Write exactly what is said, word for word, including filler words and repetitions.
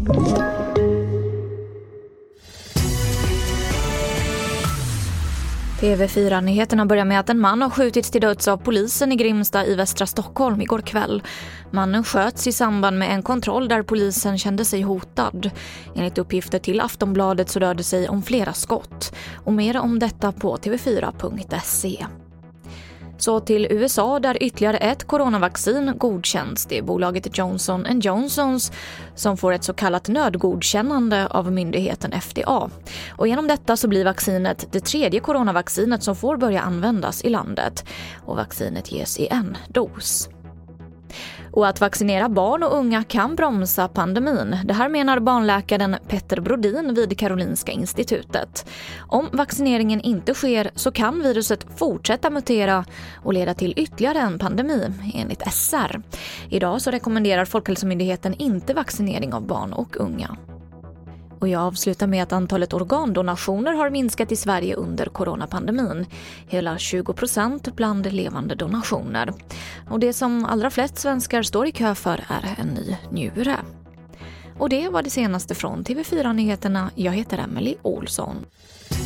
T V fyra-nyheterna börjar med att en man har skjutits till döds av polisen i Grimsta i västra Stockholm igår kväll. Mannen sköts i samband med en kontroll där polisen kände sig hotad. Enligt uppgifter till Aftonbladet så rörde det sig om flera skott. Och mer om detta på t v fyra punkt se. Så till U S A där ytterligare ett coronavaccin godkänns. Det är bolaget Johnson and Johnson som får ett så kallat nödgodkännande av myndigheten F D A. Och genom detta så blir vaccinet det tredje coronavaccinet som får börja användas i landet. Och vaccinet ges i en dos. Och att vaccinera barn och unga kan bromsa pandemin. Det här menar barnläkaren Petter Brodin vid Karolinska institutet. Om vaccineringen inte sker så kan viruset fortsätta mutera och leda till ytterligare en pandemi, enligt S R. Idag så rekommenderar Folkhälsomyndigheten inte vaccinering av barn och unga. Och jag avslutar med att antalet organdonationer har minskat i Sverige under coronapandemin. Hela tjugo procent bland levande donationer. Och det som allra flest svenskar står i kö för är en ny njure. Och det var det senaste från T V fyra-nyheterna. Jag heter Emily Olsson.